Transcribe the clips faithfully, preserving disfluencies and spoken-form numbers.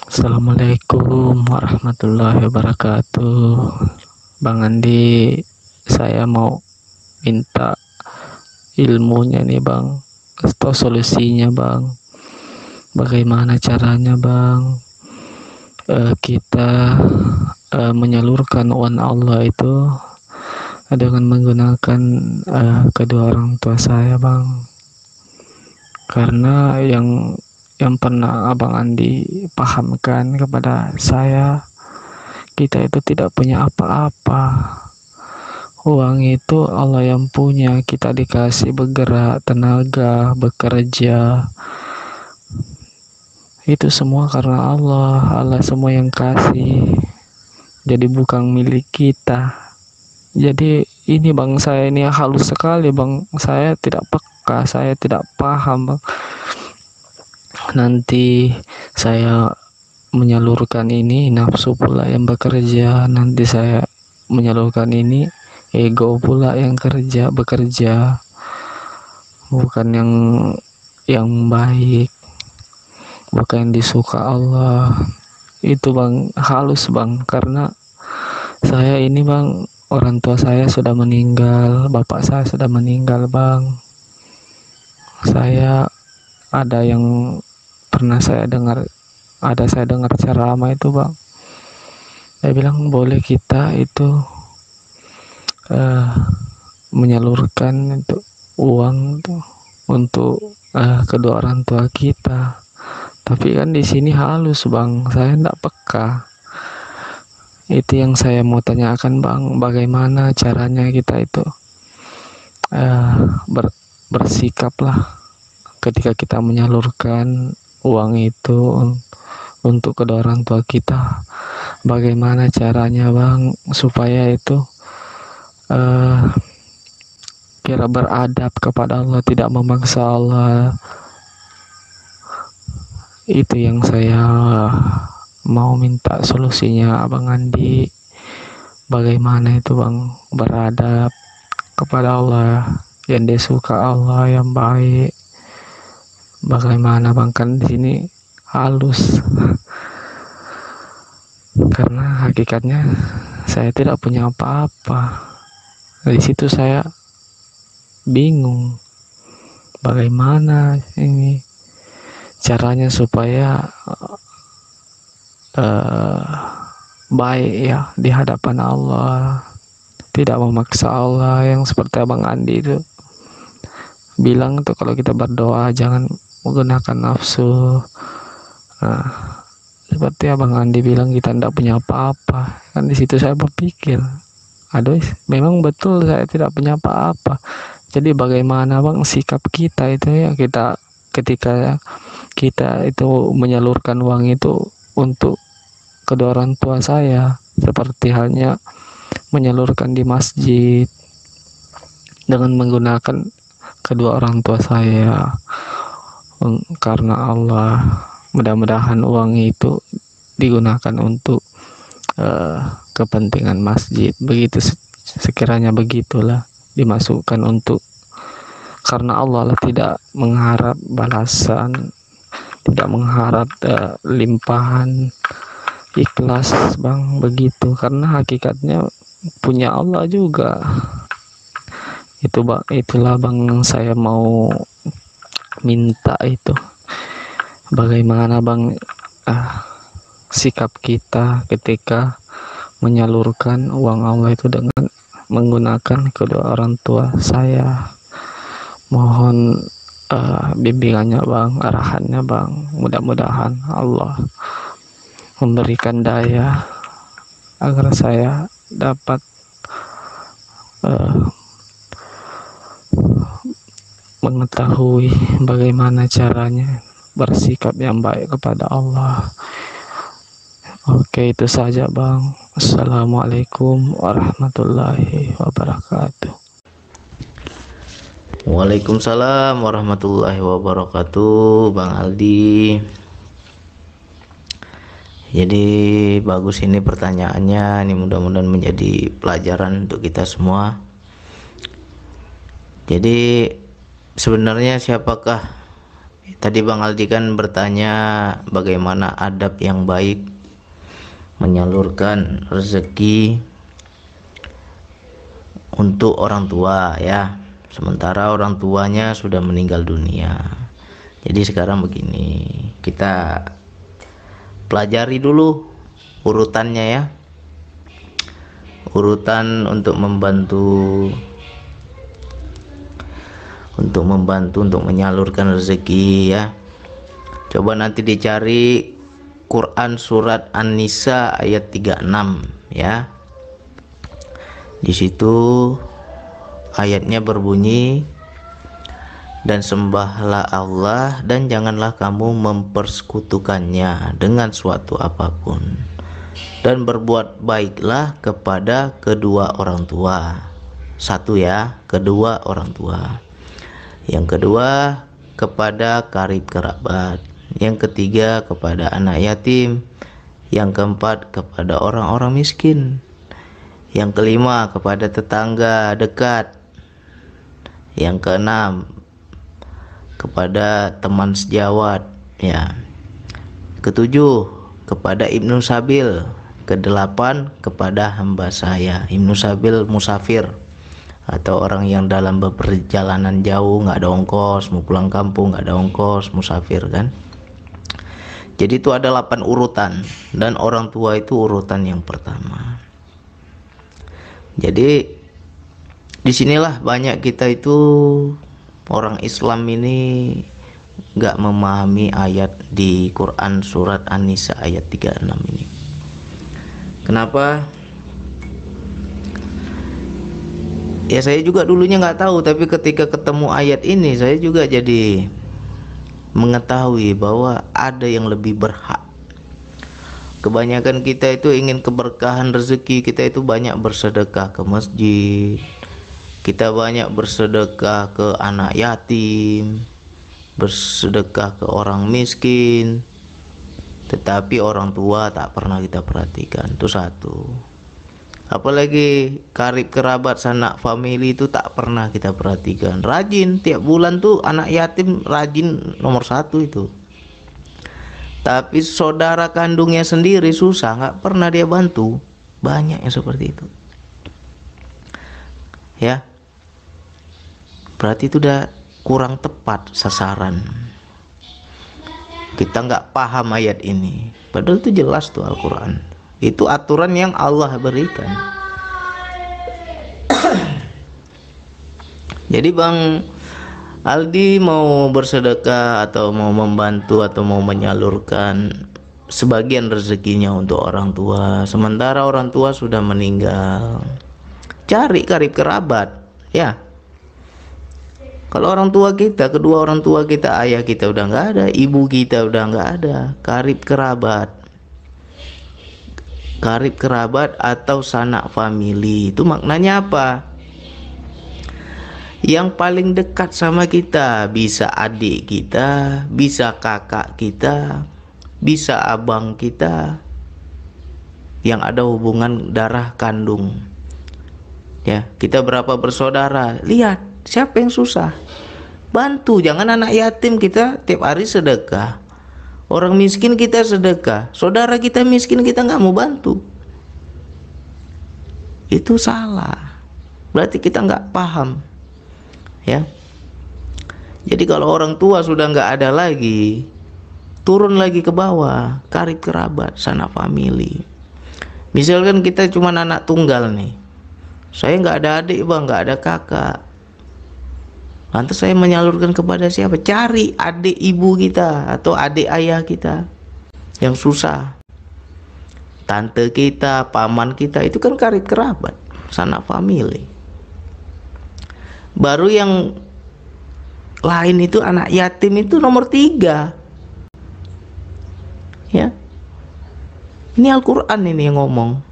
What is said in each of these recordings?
Assalamualaikum warahmatullahi wabarakatuh. Bang Andi, saya mau minta ilmunya nih Bang, atau solusinya Bang. Bagaimana caranya Bang, eh, kita eh, menyalurkan uang Allah itu dengan menggunakan eh, kedua orang tua saya Bang. Karena yang yang pernah Abang Andi pahamkan kepada saya, kita itu tidak punya apa-apa. Uang itu Allah yang punya, kita dikasih bergerak, tenaga, bekerja. Itu semua karena Allah, Allah semua yang kasih. Jadi bukan milik kita. Jadi ini Bang, saya ini halus sekali Bang. Saya tidak peka, saya tidak paham Bang. Nanti saya menyalurkan ini, nafsu pula yang bekerja. Nanti saya menyalurkan ini, ego pula yang kerja bekerja, bukan yang yang baik, bukan yang disuka Allah. Itu Bang, halus Bang, karena saya ini Bang, orang tua saya sudah meninggal, bapak saya sudah meninggal Bang. Saya ada yang pernah saya dengar, ada saya dengar ceramah itu Bang, saya bilang boleh kita itu uh, menyalurkan itu uang tuh untuk uh, kedua orang tua kita. Tapi kan di sini halus Bang, saya tidak peka. Itu yang saya mau tanyakan Bang, bagaimana caranya kita itu uh, ber, bersikap lah ketika kita menyalurkan uang itu untuk kedua orang tua kita. Bagaimana caranya Bang supaya itu uh, kira beradab kepada Allah, tidak memaksa Allah. Itu yang saya mau minta solusinya Abang Andi. Bagaimana itu Bang beradab kepada Allah, yang disuka Allah, yang baik. Bagaimana Bang, kan di sini halus. Karena hakikatnya saya tidak punya apa-apa. Di situ saya bingung bagaimana ini caranya supaya uh, baik ya di hadapan Allah, tidak memaksa Allah, yang seperti Abang Andi itu bilang tuh, kalau kita berdoa jangan menggunakan nafsu. Nah, seperti Abang Andi bilang kita tidak punya apa-apa. Kan di situ saya berpikir, aduh, memang betul saya tidak punya apa-apa. Jadi bagaimana Bang sikap kita itu ya, kita ketika kita itu menyalurkan uang itu untuk kedua orang tua saya, seperti halnya menyalurkan di masjid dengan menggunakan kedua orang tua saya karena Allah. Mudah-mudahan uang itu digunakan untuk uh, kepentingan masjid. Begitu sekiranya begitulah dimasukkan untuk karena Allah lah, tidak mengharap balasan, tidak mengharap uh, limpahan, ikhlas Bang, begitu. Karena hakikatnya punya Allah juga. Itu Bang, itulah Bang saya mau minta itu. Bagaimana Bang ah, sikap kita ketika menyalurkan uang Allah itu dengan menggunakan kedua orang tua saya. Mohon uh, bimbingannya Bang, arahannya Bang. Mudah-mudahan Allah memberikan daya agar saya dapat uh, mengetahui bagaimana caranya bersikap yang baik kepada Allah. Oke, itu saja Bang. Assalamualaikum warahmatullahi wabarakatuh. Waalaikumsalam warahmatullahi wabarakatuh, Bang Aldi. Jadi bagus ini pertanyaannya, ini mudah-mudahan menjadi pelajaran untuk kita semua. Jadi sebenarnya siapakah Tadi Bang Aldi kan bertanya bagaimana adab yang baik menyalurkan rezeki untuk orang tua ya, sementara orang tuanya sudah meninggal dunia. Jadi sekarang begini, kita pelajari dulu urutannya ya, urutan untuk membantu untuk membantu untuk menyalurkan rezeki ya. Coba nanti dicari Quran surat An-Nisa ayat tiga puluh enam ya. Di situ ayatnya berbunyi, dan sembahlah Allah dan janganlah kamu mempersekutukannya dengan suatu apapun, dan berbuat baiklah kepada kedua orang tua. Satu ya, kedua orang tua. Yang kedua kepada karib kerabat. Yang ketiga kepada anak yatim. Yang keempat kepada orang-orang miskin. Yang kelima kepada tetangga dekat. Yang keenam kepada teman sejawat ya. Ketujuh kepada Ibnu Sabil. Kedelapan kepada hamba saya. Ibnu Sabil musafir atau orang yang dalam perjalanan jauh, nggak ada ongkos, mau pulang kampung nggak ada ongkos, musafir kan. Jadi itu ada delapan urutan, dan orang tua itu urutan yang pertama. Jadi disinilah banyak kita itu orang Islam ini nggak memahami ayat di Quran surat An-Nisa ayat tiga puluh enam ini. Kenapa? Ya saya juga dulunya nggak tahu, tapi ketika ketemu ayat ini saya juga jadi mengetahui bahwa ada yang lebih berhak. Kebanyakan kita itu ingin keberkahan rezeki, kita itu banyak bersedekah ke masjid, kita banyak bersedekah ke anak yatim, bersedekah ke orang miskin, tetapi orang tua tak pernah kita perhatikan. Itu satu. Apalagi karib kerabat sanak famili itu tak pernah kita perhatikan. Rajin tiap bulan tuh anak yatim rajin nomor satu itu. Tapi saudara kandungnya sendiri susah, nggak pernah dia bantu. Banyak yang seperti itu. Ya, berarti itu udah kurang tepat sasaran. Kita nggak paham ayat ini. Padahal itu jelas tuh Al-Quran. Itu aturan yang Allah berikan. Jadi Bang Aldi mau bersedekah atau mau membantu atau mau menyalurkan sebagian rezekinya untuk orang tua, sementara orang tua sudah meninggal. Cari karib kerabat ya. Kalau orang tua kita, kedua orang tua kita, ayah kita udah nggak ada, ibu kita udah nggak ada, karib kerabat. Karib kerabat atau sanak famili itu maknanya apa? Yang paling dekat sama kita, bisa adik kita, bisa kakak kita, bisa abang kita, yang ada hubungan darah kandung. Ya, kita berapa bersaudara, lihat siapa yang susah, bantu. Jangan anak yatim kita tiap hari sedekah, orang miskin kita sedekah, saudara kita miskin kita nggak mau bantu. Itu salah. Berarti kita nggak paham. Ya. Jadi kalau orang tua sudah nggak ada lagi, turun lagi ke bawah, karib kerabat, sanak famili. Misalkan kita cuma anak tunggal nih, saya nggak ada adik bang, nggak ada kakak. Lantas saya menyalurkan kepada siapa? Cari adik ibu kita atau adik ayah kita yang susah. Tante kita, paman kita, itu kan karib kerabat, sanak famili. Baru yang lain itu anak yatim itu nomor tiga. Ya, ini Al-Quran ini yang ngomong.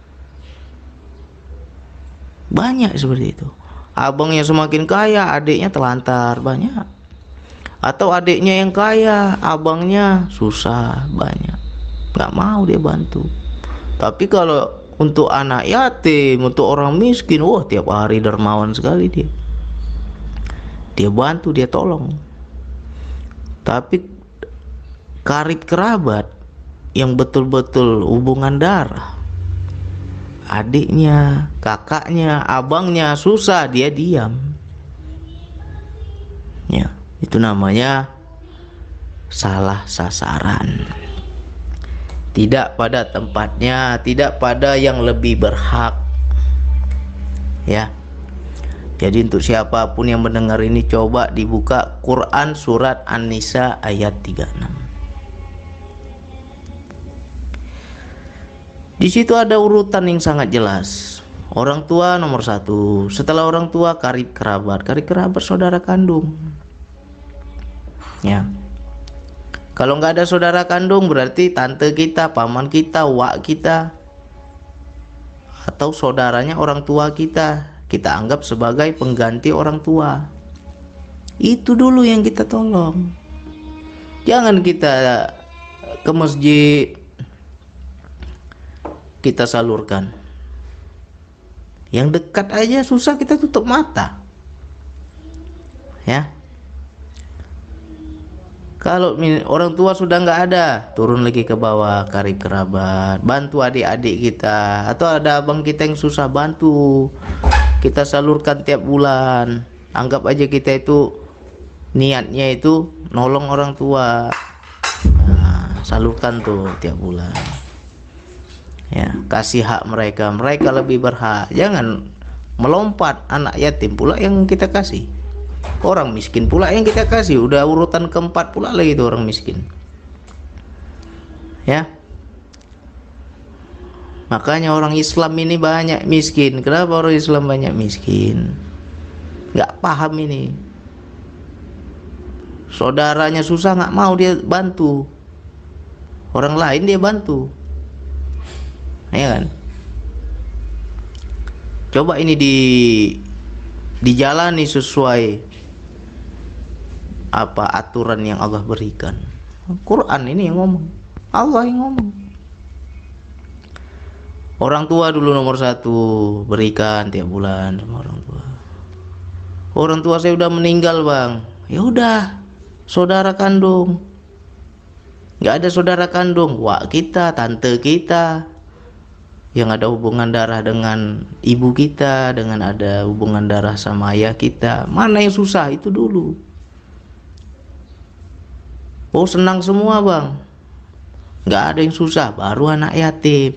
Banyak seperti itu. Abangnya semakin kaya, adiknya telantar, banyak. Atau adiknya yang kaya, abangnya susah, banyak. Gak mau dia bantu. Tapi kalau untuk anak yatim, untuk orang miskin, wah tiap hari dermawan sekali dia. Dia bantu, dia tolong. Tapi karib kerabat yang betul-betul hubungan darah, adiknya, kakaknya, abangnya susah, dia diam. Ya, itu namanya salah sasaran. Tidak pada tempatnya, tidak pada yang lebih berhak. Ya. Jadi untuk siapapun yang mendengar ini, coba dibuka Quran surat An-Nisa ayat tiga puluh enam. Di situ ada urutan yang sangat jelas. Orang tua nomor satu. Setelah orang tua, karib kerabat. Karib kerabat saudara kandung. Ya. Kalau nggak ada saudara kandung, berarti tante kita, paman kita, wak kita, atau saudaranya orang tua kita, kita anggap sebagai pengganti orang tua. Itu dulu yang kita tolong. Jangan kita ke masjid kita salurkan. Yang dekat aja susah, kita tutup mata. Ya. Kalau orang tua sudah nggak ada, turun lagi ke bawah, karib kerabat, bantu adik-adik kita, atau ada abang kita yang susah, bantu, kita salurkan tiap bulan. Anggap aja kita itu niatnya itu nolong orang tua, nah, salurkan tuh tiap bulan. Ya, kasih hak mereka, mereka lebih berhak. Jangan melompat, anak yatim pula yang kita kasih, orang miskin pula yang kita kasih. Udah urutan keempat pula lagi itu orang miskin. Ya. Makanya orang Islam ini banyak miskin. Kenapa orang Islam banyak miskin? Nggak paham ini. Saudaranya susah, nggak mau dia bantu. Orang lain dia bantu. Ya kan? Coba ini di dijalani sesuai apa aturan yang Allah berikan. Quran ini yang ngomong, Allah yang ngomong. Orang tua dulu nomor satu, berikan tiap bulan sama orang tua. Orang tua saya udah meninggal bang, ya udah, saudara kandung. Nggak ada saudara kandung, wak kita, tante kita, yang ada hubungan darah dengan ibu kita, dengan ada hubungan darah sama ayah kita. Mana yang susah itu dulu. Oh senang semua bang, nggak ada yang susah, baru anak yatim.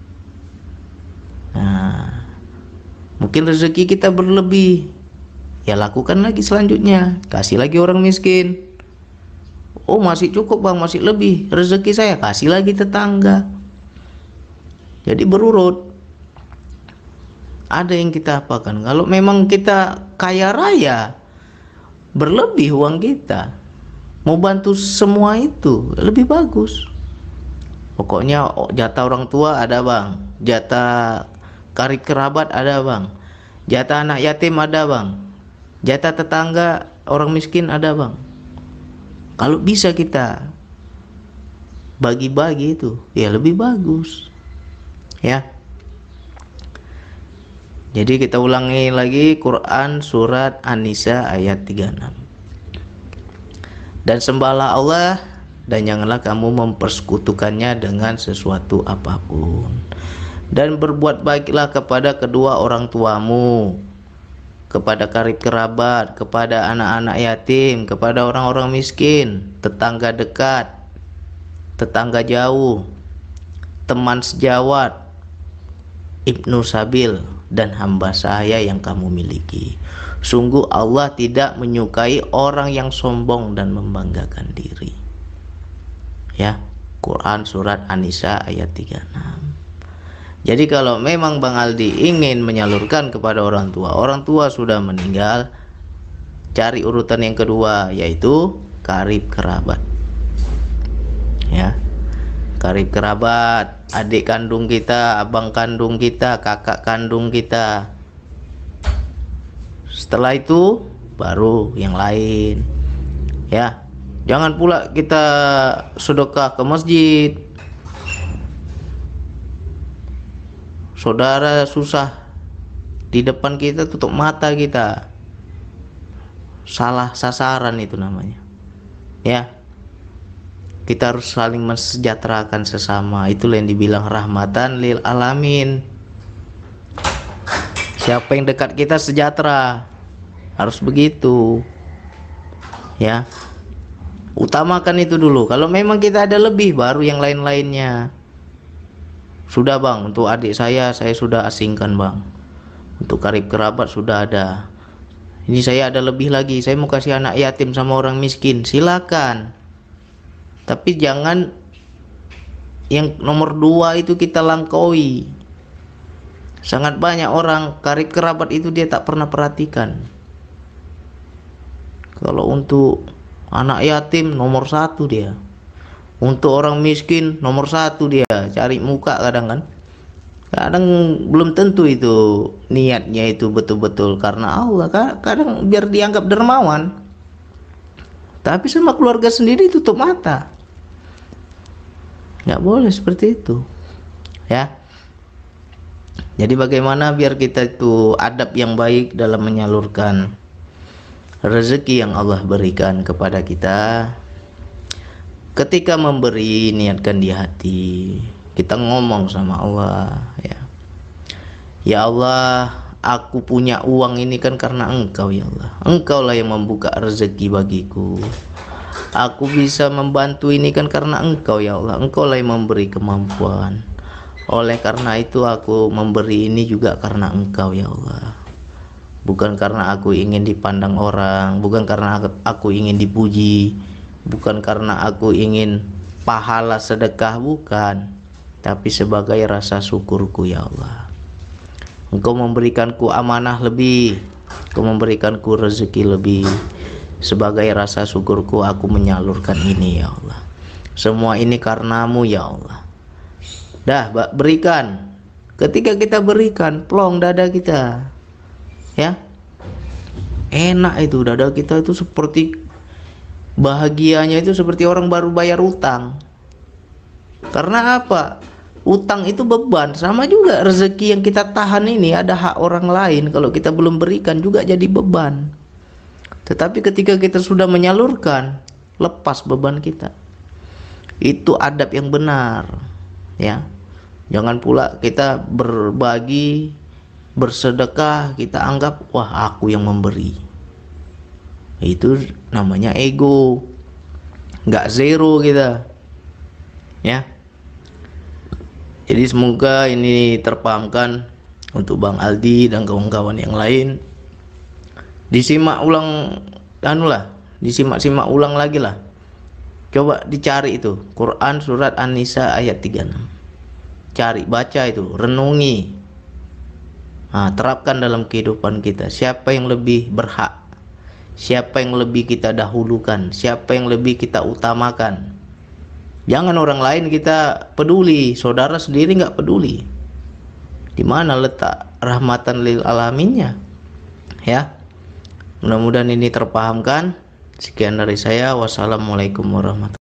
Nah, mungkin rezeki kita berlebih, ya lakukan lagi selanjutnya, kasih lagi orang miskin. Oh masih cukup bang, masih lebih rezeki saya, kasih lagi tetangga. Jadi berurut. Ada yang kita apakan. Kalau memang kita kaya raya, berlebih uang kita, mau bantu semua itu lebih bagus. Pokoknya jatah orang tua ada bang, jatah karib kerabat ada bang, jatah anak yatim ada bang, jatah tetangga orang miskin ada bang. Kalau bisa kita bagi-bagi itu, ya lebih bagus. Ya. Jadi kita ulangi lagi Quran surat An-Nisa ayat tiga puluh enam. Dan sembahlah Allah dan janganlah kamu mempersekutukannya dengan sesuatu apapun. Dan berbuat baiklah kepada kedua orang tuamu, kepada karib kerabat, kepada anak-anak yatim, kepada orang-orang miskin, tetangga dekat, tetangga jauh, teman sejawat, ibnu sabil, dan hamba saya yang kamu miliki. Sungguh Allah tidak menyukai orang yang sombong dan membanggakan diri. Ya, Quran surat An-Nisa ayat tiga puluh enam. Jadi kalau memang Bang Aldi ingin menyalurkan kepada orang tua, orang tua sudah meninggal, cari urutan yang kedua, yaitu karib kerabat. Ya, karib kerabat, adik kandung kita, abang kandung kita, kakak kandung kita. Setelah itu baru yang lain. Ya, jangan pula kita sedekah ke masjid. Saudara susah, di depan kita tutup mata kita. Salah sasaran itu namanya. Ya, kita harus saling mensejahterakan sesama. Itulah yang dibilang rahmatan lil alamin. Siapa yang dekat kita sejahtera, harus begitu. Ya, utamakan itu dulu. Kalau memang kita ada lebih, baru yang lain-lainnya. Sudah bang, untuk adik saya saya sudah asingkan bang. Untuk karib kerabat sudah ada. Ini saya ada lebih lagi, saya mau kasih anak yatim sama orang miskin, silakan. Tapi jangan yang nomor dua itu kita langkaui. Sangat banyak orang karib kerabat itu dia tak pernah perhatikan. Kalau untuk anak yatim nomor satu dia, untuk orang miskin nomor satu dia, cari muka kadang kan. Kadang belum tentu itu niatnya itu betul-betul karena Allah, kadang biar dianggap dermawan, tapi sama keluarga sendiri tutup mata. Nggak boleh seperti itu, ya. Jadi bagaimana biar kita itu adab yang baik dalam menyalurkan rezeki yang Allah berikan kepada kita. Ketika memberi, niatkan di hati. Kita ngomong sama Allah, ya. Ya Allah, aku punya uang ini kan karena Engkau ya Allah. Engkaulah yang membuka rezeki bagiku. Aku bisa membantu ini kan karena Engkau ya Allah. Engkaulah yang memberi kemampuan. Oleh karena itu aku memberi ini juga karena Engkau ya Allah. Bukan karena aku ingin dipandang orang, bukan karena aku ingin dipuji, bukan karena aku ingin pahala sedekah, bukan. Tapi sebagai rasa syukurku ya Allah. Engkau memberikanku amanah lebih, Engkau memberikanku rezeki lebih. Sebagai rasa syukurku aku menyalurkan ini ya Allah. Semua ini karenamu ya Allah. Dah berikan. Ketika kita berikan, plong dada kita, ya, enak itu dada kita itu seperti bahagianya itu seperti orang baru bayar utang. Karena apa? Utang itu beban, sama juga rezeki yang kita tahan ini ada hak orang lain. Kalau kita belum berikan juga jadi beban. Tetapi ketika kita sudah menyalurkan, lepas beban kita. Itu adab yang benar, ya. Jangan pula kita berbagi, bersedekah, kita anggap wah aku yang memberi. Itu namanya ego, nggak zero kita, ya. Jadi semoga ini terpahamkan untuk Bang Aldi dan kawan-kawan yang lain. Disimak ulang, anu lah, disimak-simak ulang lagi lah. Coba dicari itu Quran surat An-Nisa ayat tiga puluh enam. Cari, baca itu, renungi. Nah, terapkan dalam kehidupan kita. Siapa yang lebih berhak? Siapa yang lebih kita dahulukan? Siapa yang lebih kita utamakan? Jangan orang lain kita peduli, saudara sendiri nggak peduli. Di mana letak rahmatan lil alaminnya? Ya, mudah-mudahan ini terpahamkan. Sekian dari saya. Wassalamualaikum warahmatullahi wabarakatuh.